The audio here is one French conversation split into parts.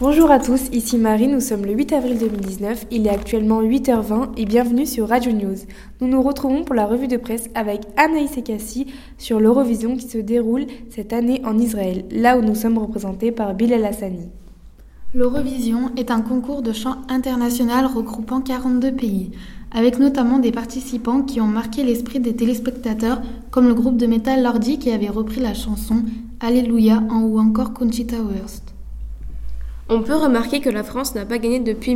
Bonjour à tous, ici Marie, nous sommes le 8 avril 2019, il est actuellement 8h20 et bienvenue sur Radio News. Nous nous retrouvons pour la revue de presse avec Anaïs et Cassie sur l'Eurovision qui se déroule cette année en Israël, là où nous sommes représentés par Bilal Hassani. L'Eurovision est un concours de chant international regroupant 42 pays, avec notamment des participants qui ont marqué l'esprit des téléspectateurs, comme le groupe de métal Lordi qui avait repris la chanson Alléluia ou encore Conchita Wurst. On peut remarquer que la France n'a pas gagné depuis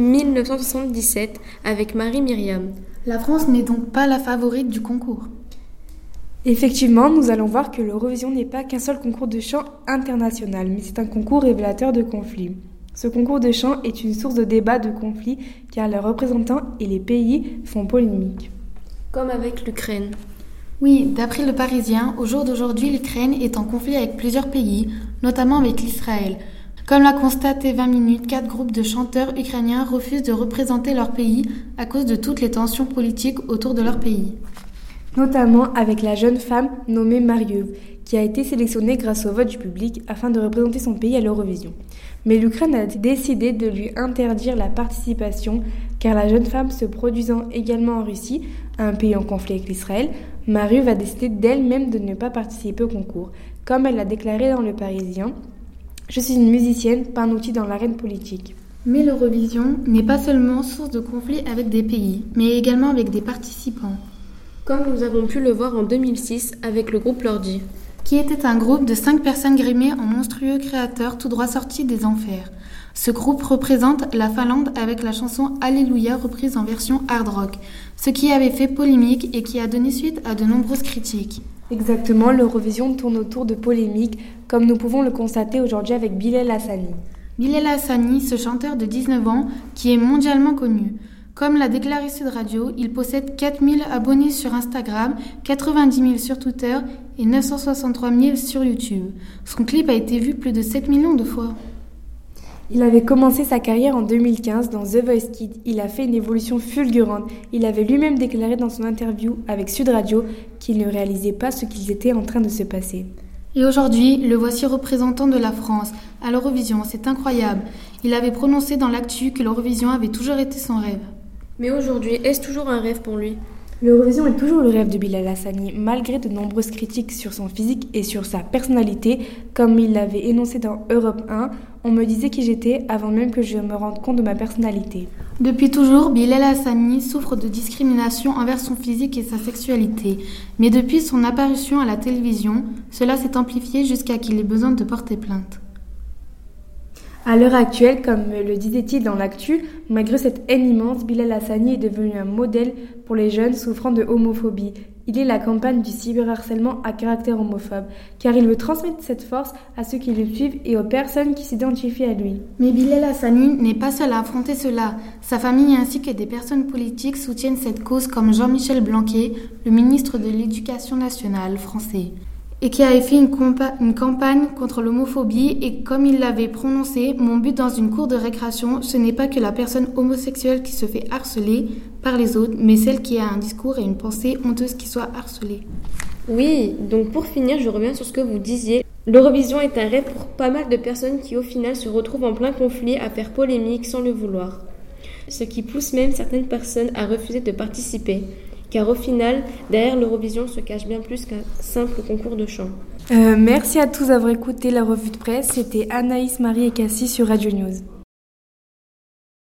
1977 avec Marie-Myriam. La France n'est donc pas la favorite du concours. Effectivement, nous allons voir que l'Eurovision n'est pas qu'un seul concours de chant international, mais c'est un concours révélateur de conflits. Ce concours de chant est une source de débat, de conflits, car les représentants et les pays font polémique. Comme avec l'Ukraine. Oui, d'après le Parisien, au jour d'aujourd'hui, l'Ukraine est en conflit avec plusieurs pays, notamment avec l'Israël. Comme l'a constaté 20 minutes, 4 groupes de chanteurs ukrainiens refusent de représenter leur pays à cause de toutes les tensions politiques autour de leur pays. Notamment avec la jeune femme nommée Marieuve, qui a été sélectionnée grâce au vote du public afin de représenter son pays à l'Eurovision. Mais l'Ukraine a décidé de lui interdire la participation car la jeune femme se produisant également en Russie, un pays en conflit avec l'Israël, Marieuve a décidé d'elle-même de ne pas participer au concours. Comme elle l'a déclaré dans Le Parisien, « Je suis une musicienne, pas un outil dans l'arène politique ». Mais l'Eurovision n'est pas seulement source de conflits avec des pays, mais également avec des participants. Comme nous avons pu le voir en 2006 avec le groupe Lordi. Qui était un groupe de 5 personnes grimées en monstrueux créateurs tout droit sortis des enfers. Ce groupe représente la Finlande avec la chanson Alléluia reprise en version hard rock, ce qui avait fait polémique et qui a donné suite à de nombreuses critiques. Exactement, l'Eurovision tourne autour de polémiques, comme nous pouvons le constater aujourd'hui avec Bilal Hassani. Bilal Hassani, ce chanteur de 19 ans qui est mondialement connu. Comme l'a déclaré Sud Radio, il possède 4000 abonnés sur Instagram, 90 000 sur Twitter et 963 000 sur YouTube. Son clip a été vu plus de 7 millions de fois. Il avait commencé sa carrière en 2015 dans The Voice Kids. Il a fait une évolution fulgurante. Il avait lui-même déclaré dans son interview avec Sud Radio qu'il ne réalisait pas ce qu'il était en train de se passer. Et aujourd'hui, le voici représentant de la France à l'Eurovision. C'est incroyable. Il avait prononcé dans l'actu que l'Eurovision avait toujours été son rêve. Mais aujourd'hui, est-ce toujours un rêve pour lui ? L'Eurovision est toujours le rêve de Bilal Hassani, malgré de nombreuses critiques sur son physique et sur sa personnalité. Comme il l'avait énoncé dans Europe 1, on me disait qui j'étais avant même que je me rende compte de ma personnalité. Depuis toujours, Bilal Hassani souffre de discrimination envers son physique et sa sexualité. Mais depuis son apparition à la télévision, cela s'est amplifié jusqu'à qu'il ait besoin de porter plainte. À l'heure actuelle, comme le disait-il dans l'actu, malgré cette haine immense, Bilal Hassani est devenu un modèle pour les jeunes souffrant de homophobie. Il est la campagne du cyberharcèlement à caractère homophobe, car il veut transmettre cette force à ceux qui le suivent et aux personnes qui s'identifient à lui. Mais Bilal Hassani n'est pas seul à affronter cela. Sa famille ainsi que des personnes politiques soutiennent cette cause comme Jean-Michel Blanquer, le ministre de l'Éducation nationale français, et qui avait fait une campagne contre l'homophobie et comme il l'avait prononcé, mon but dans une cour de récréation, ce n'est pas que la personne homosexuelle qui se fait harceler par les autres, mais celle qui a un discours et une pensée honteuse qui soit harcelée. Oui, donc pour finir, je reviens sur ce que vous disiez. L'Eurovision est un rêve pour pas mal de personnes qui au final se retrouvent en plein conflit à faire polémique sans le vouloir. Ce qui pousse même certaines personnes à refuser de participer. Car au final, derrière l'Eurovision se cache bien plus qu'un simple concours de chant. Merci à tous d'avoir écouté la revue de presse. C'était Anaïs, Marie et Cassie sur Radio News.